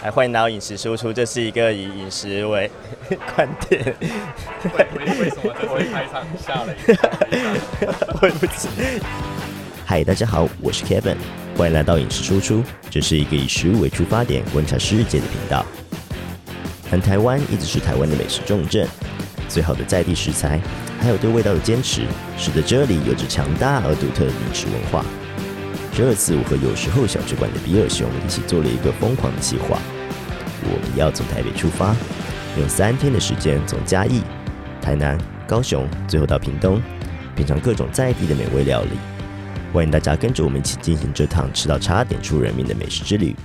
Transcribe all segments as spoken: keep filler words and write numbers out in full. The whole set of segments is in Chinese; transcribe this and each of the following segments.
来，欢迎来到饮食输出，这是一个以饮食为观点。 为为什么这次开场吓了一跳？ 我也不知。嗨，大家好，我是 Kevin， 欢迎来到饮食输出，这是一个以食物为出发点观察世界的频道。南台湾一直是台湾的美食重镇，最好的在地食材，还有对味道的坚持，使得这里有着强大而独特的饮食文化。这次我和有时候小吃馆的比尔熊一起做了一个疯狂的计划，我们要从台北出发，用三天的时间从嘉义、台南、高雄，最后到屏东，品尝各种在地的美味料理。欢迎大家跟着我们一起进行这趟吃到差点出人命的美食之旅。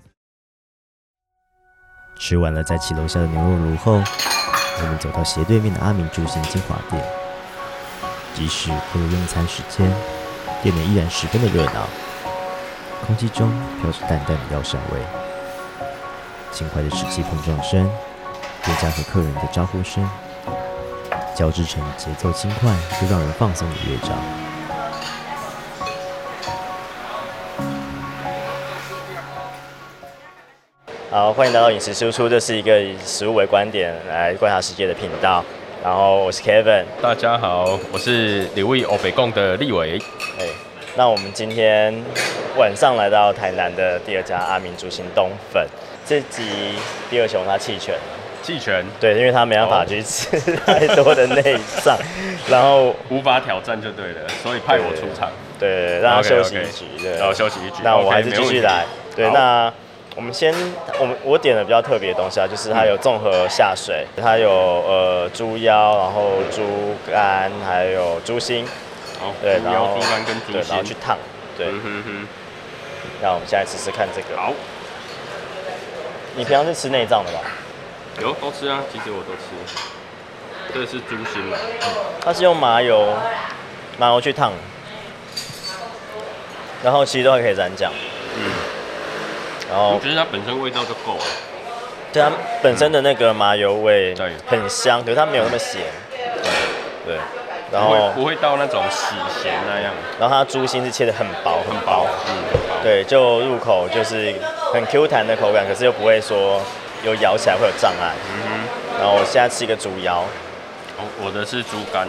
吃完了在骑楼下的牛肉炉后，我们走到斜对面的阿明猪心精华店。即使过了用餐时间，店内依然十分的热闹，空气中飘着淡淡的药膳味，轻快的齿器碰撞声，店家和客人的招呼声，交织成节奏轻快又让人放松的乐章。好，欢迎来到饮食输出，这是一个以食物为观点来观察世界的频道。然后我是 Kevin， 大家好，我是立位欧北贡的立伟。 哎，那我们今天晚上来到台南的第二家阿明猪心冬粉。这集比尔熊他弃权了， 弃权， 对，因为他没办法去吃太多的内脏，然后无法挑战就对了，所以派我出场， 对，对对，让他休息一局，对， 然后休息一局。 那我还是继续来，对， 好那。我们先，我们我点的比较特别的东西啊，就是它有综合下水，它有呃猪腰，然后猪肝，还有猪心， 好， 对， 猪然后腰猪肝跟猪对， 心， 然后去烫，对。 嗯哼哼。 那我们现在试试看这个。 好。 你平常是吃内脏的吧？ 有都吃啊，其实我都吃。这是猪心嘛？ 嗯，它是用麻油，麻油去烫，然后其实都还可以沾酱。 嗯。 然后我觉得它本身味道就够了， 对它本身的那个麻油味对很香，可是它没有那么咸，对，然后不会不会到那种洗咸那样， 然后它猪心是切的很薄很薄，嗯，很薄， 对，就入口就是很 Q 弹的口感，可是又不会说有咬起来会有障碍。 嗯哼， 然后我现在吃一个猪腰， 哦，我的是猪肝，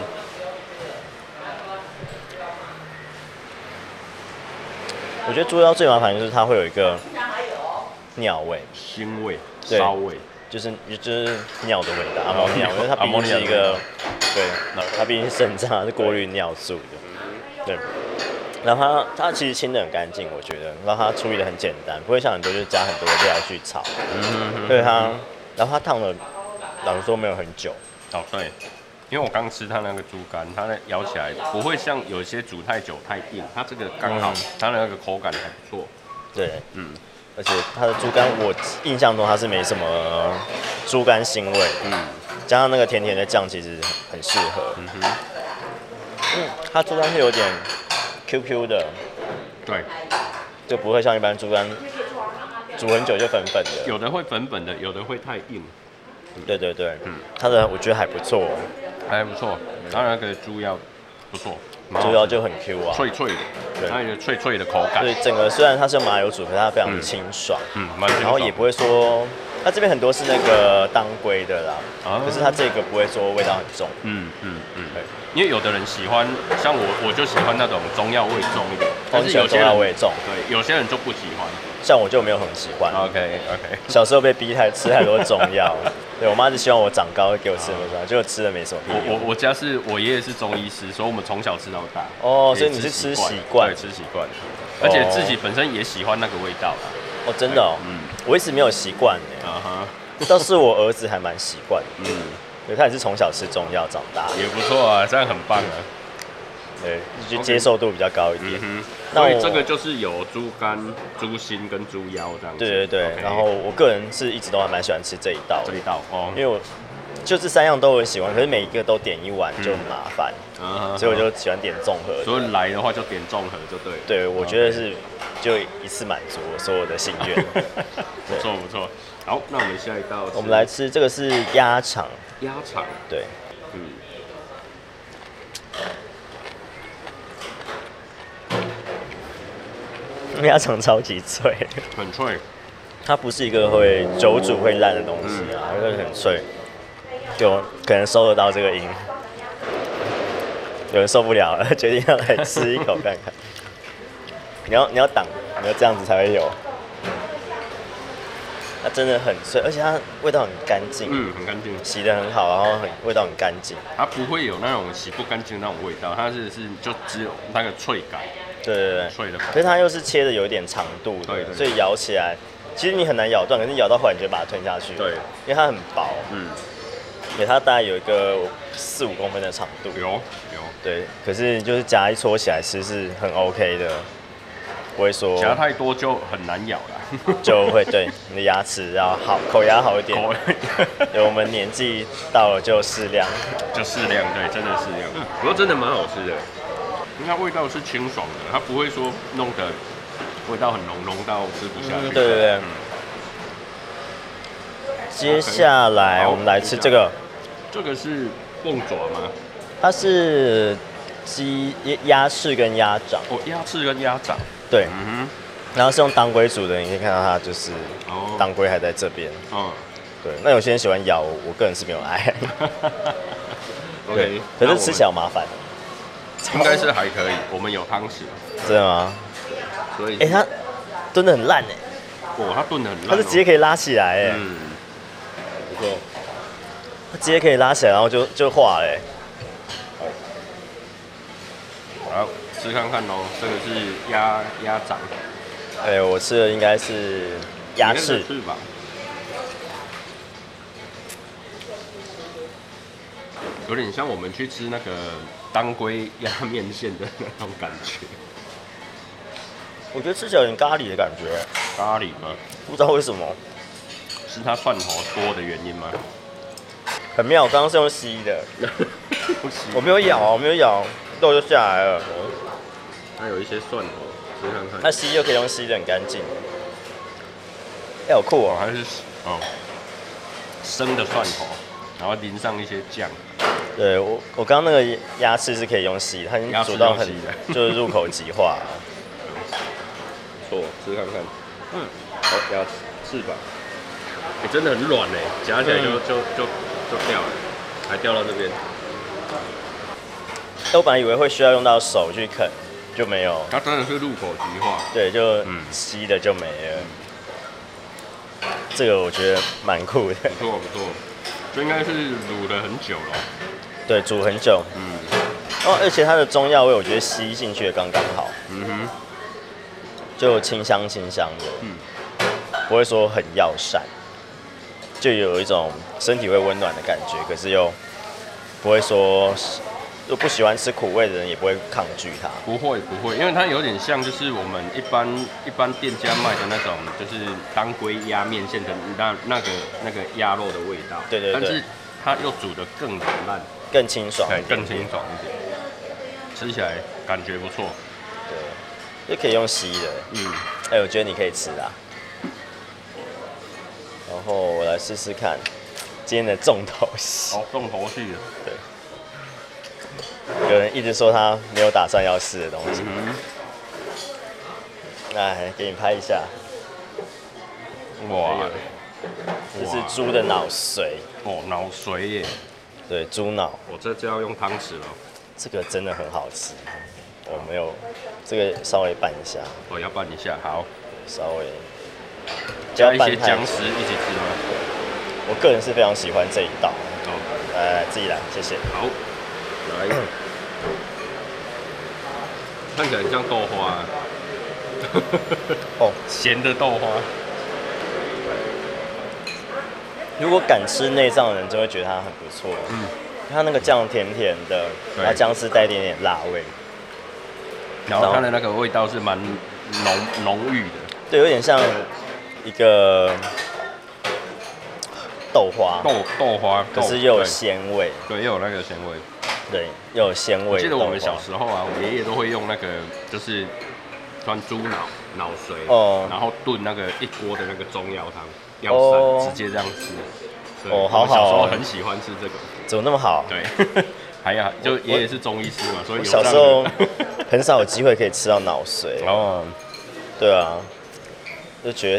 我觉得猪腰最麻烦就是它会有一个尿味、 腥味、 对骚味， 就是就是尿的味道，阿莫尼亚，因为它毕竟是一阿莫尼亚个，对，它毕竟是肾脏，是过滤尿素的，对。然后它它其实清的很干净，我觉得，然后它处理的很简单，不会像很多就是加很多料去炒， 嗯哼哼， 对它，然后它烫的，老实说没有很久， 哦对，因为我刚吃它那个猪肝，它那咬起来不会像有些煮太久太硬，它这个刚好， 嗯它的那个口感还不错， 对， 嗯而且它的猪肝，我印象中它是没什么猪肝腥味， 嗯加上那个甜甜的酱，其实很适合。 嗯哼， 嗯，它猪肝是有点 Q Q 的， 对， 就不会像一般猪肝煮很久就粉粉的。 有的会粉粉的，有的会太硬， 对对对， 嗯它的我觉得还不错， 还不错，它那个猪腰不错， 猪腰就很 Q 啊， 脆脆的， 对它有脆脆的口感所，以整个虽然它是用麻油煮，可是它非常的清爽， 嗯，蛮清爽然后也不会说，它这边很多是那个当归的啦， 啊可是它这个不会说味道很重。 嗯嗯嗯， 对， 因为有的人喜欢，像我我就喜欢那种中药味重一点， 但是有中药味重， 对，有些人就不喜欢。 像我就没有很喜欢。 OK OK， 小时候被逼太吃太多中药，对我妈是希望我长高给我吃那么多，结果吃了没什么屁我用。 我我家是我爷爷是中医师，所以我们从小吃到大。 哦，所以你是吃习惯， 对，吃习惯，而且自己本身也喜欢那个味道啦。 哦，真的哦， 嗯， 我一直没有习惯呢。 啊哈， 倒是我儿子还蛮习惯的， 嗯， 对，他也是从小吃中药长大， 也不错啊，这样很棒啊。 对，就接受度比较高一点。 嗯哼， 那我所以这个就是有猪肝、猪心跟猪腰这样子。 对对对， OK 然后我个人是一直都还蛮喜欢吃这一道的， 这一道哦因，为我就这三样都很喜欢，可是每一个都点一碗就很麻烦， 啊所以我就喜欢点综合的。 所以来的话就点综合就对了。 对，我觉得是就一次满足我所有的心愿。 不错不错。好，那我们下一道是我们来吃这个是鸭肠， 鸭肠， 对， 嗯， 鸭肠超级脆， 很脆， 它不是一个会久煮会烂的东西啊，它、嗯、会很脆，就可能收得到这个音。有人受不了了，决定要来吃一口看看。你要你要挡，你要这样子才会有。它真的很脆，而且它味道很干净， 嗯，很干净， 洗得很好，然后很味道很干净。 它不会有那种洗不干净的那种味道，它是是就只有那个脆感。对对对，脆的。 可是它又是切的有一点长度的，对对对，所以咬起来其实你很难咬断，可是咬到后来你就把它吞下去。对，因为它很薄，嗯，因为它大概有一个四五公分的长度。 有有。 对，可是就是夹一搓起来吃是很 OK 的，不会说夹太多就很难咬了， 就会对你的牙齿要好，口牙好一点。对，我们年纪到了就适量， 就适量，对，真的适量。嗯，不过真的蛮好吃的，因为它味道是清爽的，它不会说弄得味道很浓，浓到吃不下去。 嗯、对对对。嗯、接下来我们来吃这个， 这个是凤爪吗？ 它是鸡鸭翅跟鸭掌。 哦，鸭翅跟鸭掌。 对，嗯哼。然后是用当归煮的，你可以看到它就是当归还在这边。哦。对，那有些人喜欢咬，我个人是没有爱。对，可是吃起来麻烦。 应该是还可以，我们有汤匙。 真的吗？所以，哎、欸，它炖得很烂哎。 哦，它炖得很烂、哦。 它是直接可以拉起来哎。嗯。不错。它直接可以拉起来，然后就就化嘞。 好，吃看看哦，这个是鸭鸭掌。 哎、欸，我吃的应该是鸭翅。 是吧？有点像我们去吃那个当归鸭面线的那种感觉。 我觉得吃起来有点咖喱的感觉。 咖喱吗？ 不知道为什么。 是它蒜头多的原因吗？ 很妙，我刚刚是用吸的。我没有咬，我没有咬，肉就下来了。 它有一些蒜头，吃看看。 它吸就可以用吸的很干净。哎、欸，好酷哦！ 还是哦，生的蒜头，然后淋上一些酱。 对我，我刚刚那个鸭翅是可以用吸的，它已经煮到很就是入口即化。 不错，吃看看。嗯，好，鸭翅膀，哎、欸，真的很软哎，夹起来就、嗯、就就就掉了，还掉到这边。 我本来以为会需要用到手去啃，就没有。 它真的是入口即化。 对，就吸的就没了。嗯、这个我觉得蛮酷的。 不错不错，这应该是卤了很久了。 对，煮很久。嗯。哦，而且它的中药味，我觉得吸进去也刚刚好。嗯哼。就清香清香的。嗯。不会说很药膳，就有一种身体会温暖的感觉，可是又不会说。就不喜欢吃苦味的人也不会抗拒它。 不会不会，因为它有点像就是我们一般一般店家卖的那种，就是当归鸭面线的那那个那个鸭肉的味道。 对对对。 但是它又煮得更软烂， 更清爽。 对，更清爽一点，吃起来感觉不错。 对，也可以用吸的。嗯。哎、欸，我觉得你可以吃啊。然后我来试试看今天的重头戏。 哦，重头戏了。 对。有人一直说他没有打算要试的东西，来、嗯、给你拍一下。哇，这是猪的脑髓。 哦，脑髓耶。 对，猪脑。 我这就要用汤匙了。 这个真的很好吃。我没有，这个稍微拌一下。 我、哦、要拌一下，好。 稍微。 加一些姜丝一起吃吗？ 我个人是非常喜欢这一道。哦，来自己来，谢谢。 好。来，看起来很像豆花、啊， 哦， 咸的豆花。 如果敢吃内脏的人，就会觉得它很不错。嗯，它那个酱甜甜的，然后姜丝带一点点辣味， 然后它的那个味道是蛮浓浓郁的。 对，有点像一个豆花， 豆豆花， 可是又有鲜味。 对，又有那个鲜味。 对，又有鲜味。我记得我们小时候啊，我爷爷都会用那个，就是专猪脑脑髓，哦，然后炖那个一锅的那个中药汤，药膳、哦，直接这样吃。哦，好好。小时候很喜欢吃这个。 怎么那么好？ 对，还有就爷爷是中医师嘛，所以有小时候很少有机会可以吃到脑髓。哦，对啊，就觉得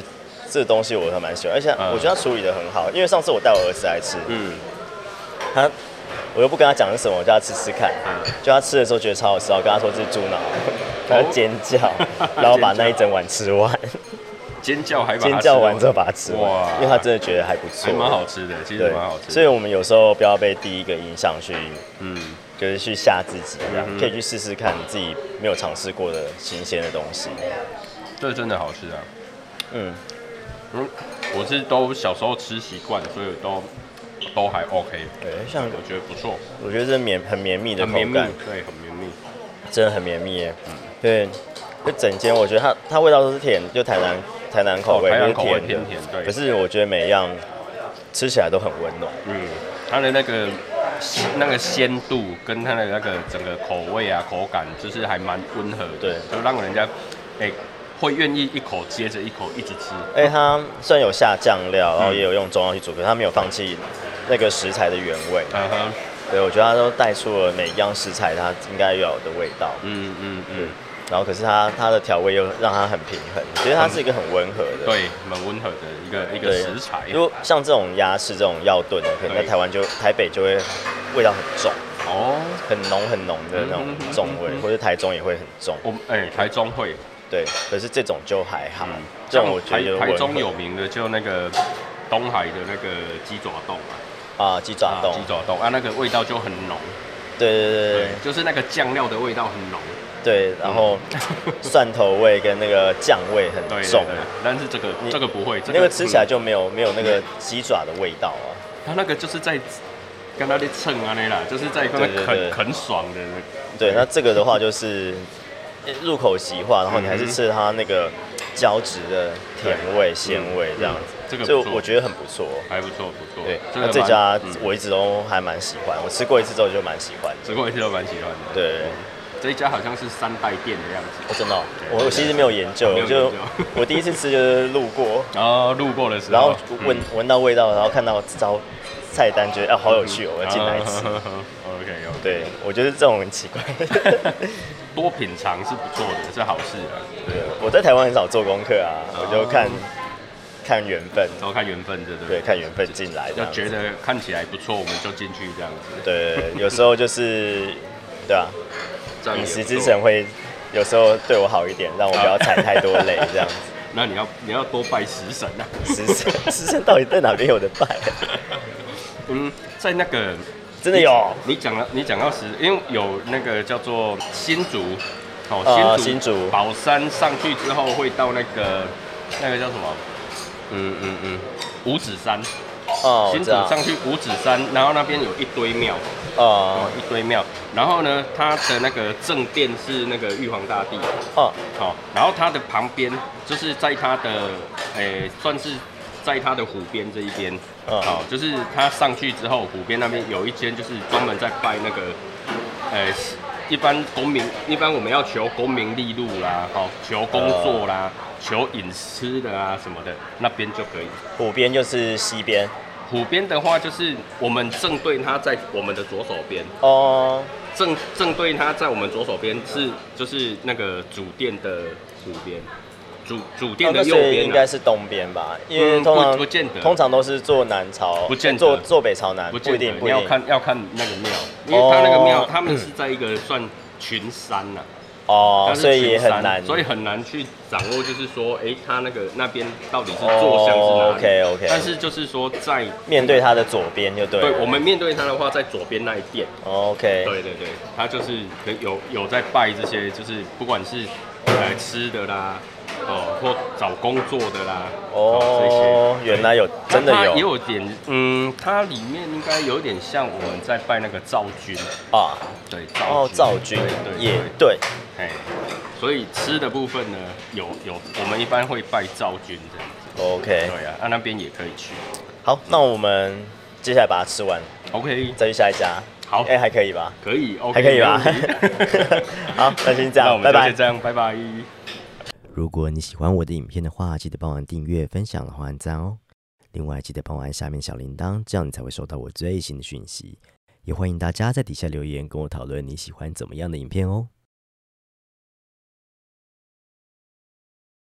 这个东西我还蛮喜欢，而且我觉得他处理的很好。因为上次我带我儿子来吃，嗯，他我又不跟他讲是什么，我叫他吃吃看，嗯，就他吃的时候觉得超好吃，我跟他说这是猪脑，他就尖叫，然后把那一整碗吃完。 尖叫还把尖叫完之后把它吃完，因为他真的觉得还不错， 还蛮好吃的，其实蛮好吃的。 所以我们有时候不要被第一个印象去，嗯，就是去吓自己，这样、嗯、可以去试试看自己没有尝试过的新鲜的东西。 这真的好吃啊！嗯，嗯，我是都小时候吃习惯，所以都都还 OK。 对，像我觉得不错， 我觉得这绵很绵密的口感， 对，很绵密， 真的很绵密耶。嗯，对，就整间我觉得它它味道都是甜，就台南。台南口味， 台南口味偏甜，对。 可是我觉得每一样吃起来都很温暖。 嗯，它的那个那个鲜度跟它的那个整个口味啊、口感，就是还蛮温和的， 对， 就让人家哎、欸、会愿意一口接着一口一直吃。 哎、欸，它虽然有下酱料，然后也有用中药去煮，可是它没有放弃那个食材的原味。嗯哼，对，我觉得它都带出了每一样食材它应该要有的味道。嗯嗯嗯。然后可是它它的调味又让它很平衡，其实它是一个很温和的， 对，蛮温和的一个一个食材。 如果像这种鸭翅这种药炖的，可能在台湾就台北就会味道很重哦，很浓很浓的那种重味，或者台中也会很重。 我哎、欸，台中会， 对，可是这种就还好。嗯、这种我觉得台台中有名的就那个东海的那个鸡爪冻啊，啊鸡爪冻， 鸡爪冻啊，那个味道就很浓。 对对对 对, 對， 就是那个酱料的味道很浓。 对，然后蒜头味跟那个酱味很重， 对对对，但是这个这个不会，这个、那个吃起来就没有没有那个鸡爪的味道啊。 它那个就是在跟它在蹭啊那啦，就是在跟它很很爽的。 对，那这个的话就是入口即化，然后你还是吃它那个胶质的甜味、鲜味这样子。这个就我觉得很不错， 还不错不错。 对，那这家我一直都还蛮喜欢，我吃过一次之后就蛮喜欢的。 吃过一次都蛮喜欢的。 对。 这一家好像是三代店的样子。 哦，真的、哦，我我其实没有研究，我就我第一次吃就是路过， 然后路过的时候， 然后闻闻、嗯、到味道，然后看到招菜单，觉得啊好有趣哦，我要进来吃。 OK OK。 对，我觉得这种很奇怪。 多品尝是不错的，是好事啊。 对，我在台湾很少做功课啊，我就看看缘分， 然后看缘分，对不对？ 对，看缘分进来， 就觉得看起来不错，我们就进去这样子。 对，有时候就是对啊。饮食之神会有时候对我好一点，让我不要踩太多雷这样子。 那你要你要多拜食神啊！ 食神食神到底在哪边有的拜？ 嗯，在那个真的有。 你讲了，你讲到食，因为有那个叫做新竹， 哦，新竹新竹宝山上去之后会到那个那个叫什么？嗯嗯嗯，五指山。哦，新竹上去五指山，然后那边有一堆庙。哦，一堆庙，然后呢，它的那个正殿是那个玉皇大帝，哦，好，然后它的旁边就是在它的，诶，算是在它的湖边这一边，哦，好，就是它上去之后，湖边那边有一间就是专门在拜那个，诶，一般功名，一般我们要求功名利禄啦，好，求工作啦，求饮食的啊什么的，那边就可以。 湖边就是西边。 湖边的话，就是我们正对它在我们的左手边哦， 正正对它在我们左手边是就是那个主殿的主边，主主殿的右边、啊哦、 应该是东边吧，因为通常、 嗯、不, 不见得， 通常都是坐南朝， 不见得坐坐北朝南， 不见得， 不一定， 你要看要看那个庙，因为它那个庙，他、哦、们是在一个算群山呐、啊。 哦，所以也很难， 所以很难去掌握，就是说，哎、欸，他那个那边到底是坐向是哪里、哦、？OK OK。但是就是说，在面对他的左边就对了。 对，我们面对他的话，在左边那一殿。 OK。 对对对，他就是有有在拜这些，就是不管是来吃的啦，哦，或找工作的啦，哦，这些。 原来有，真的有。 它也有点，嗯，它里面应该有点像我们在拜那个灶君啊。 对， 灶君。哦，灶君也对。 哎，所以吃的部分呢，有有，我们一般会拜灶君这样子。 OK。 对啊，啊那边也可以去。 好，那我们接下来把它吃完 ，OK， 再去下一家。 好， 哎、欸，还可以吧？ 可以 ，OK， 还可以吧？好，那先这样， 那我们就先这样，拜拜。 如果你喜欢我的影片的话，记得帮忙订阅、分享，然后按赞哦。另外，记得帮我按下面小铃铛，这样你才会收到我最新的讯息。也欢迎大家在底下留言跟我讨论你喜欢怎么样的影片哦。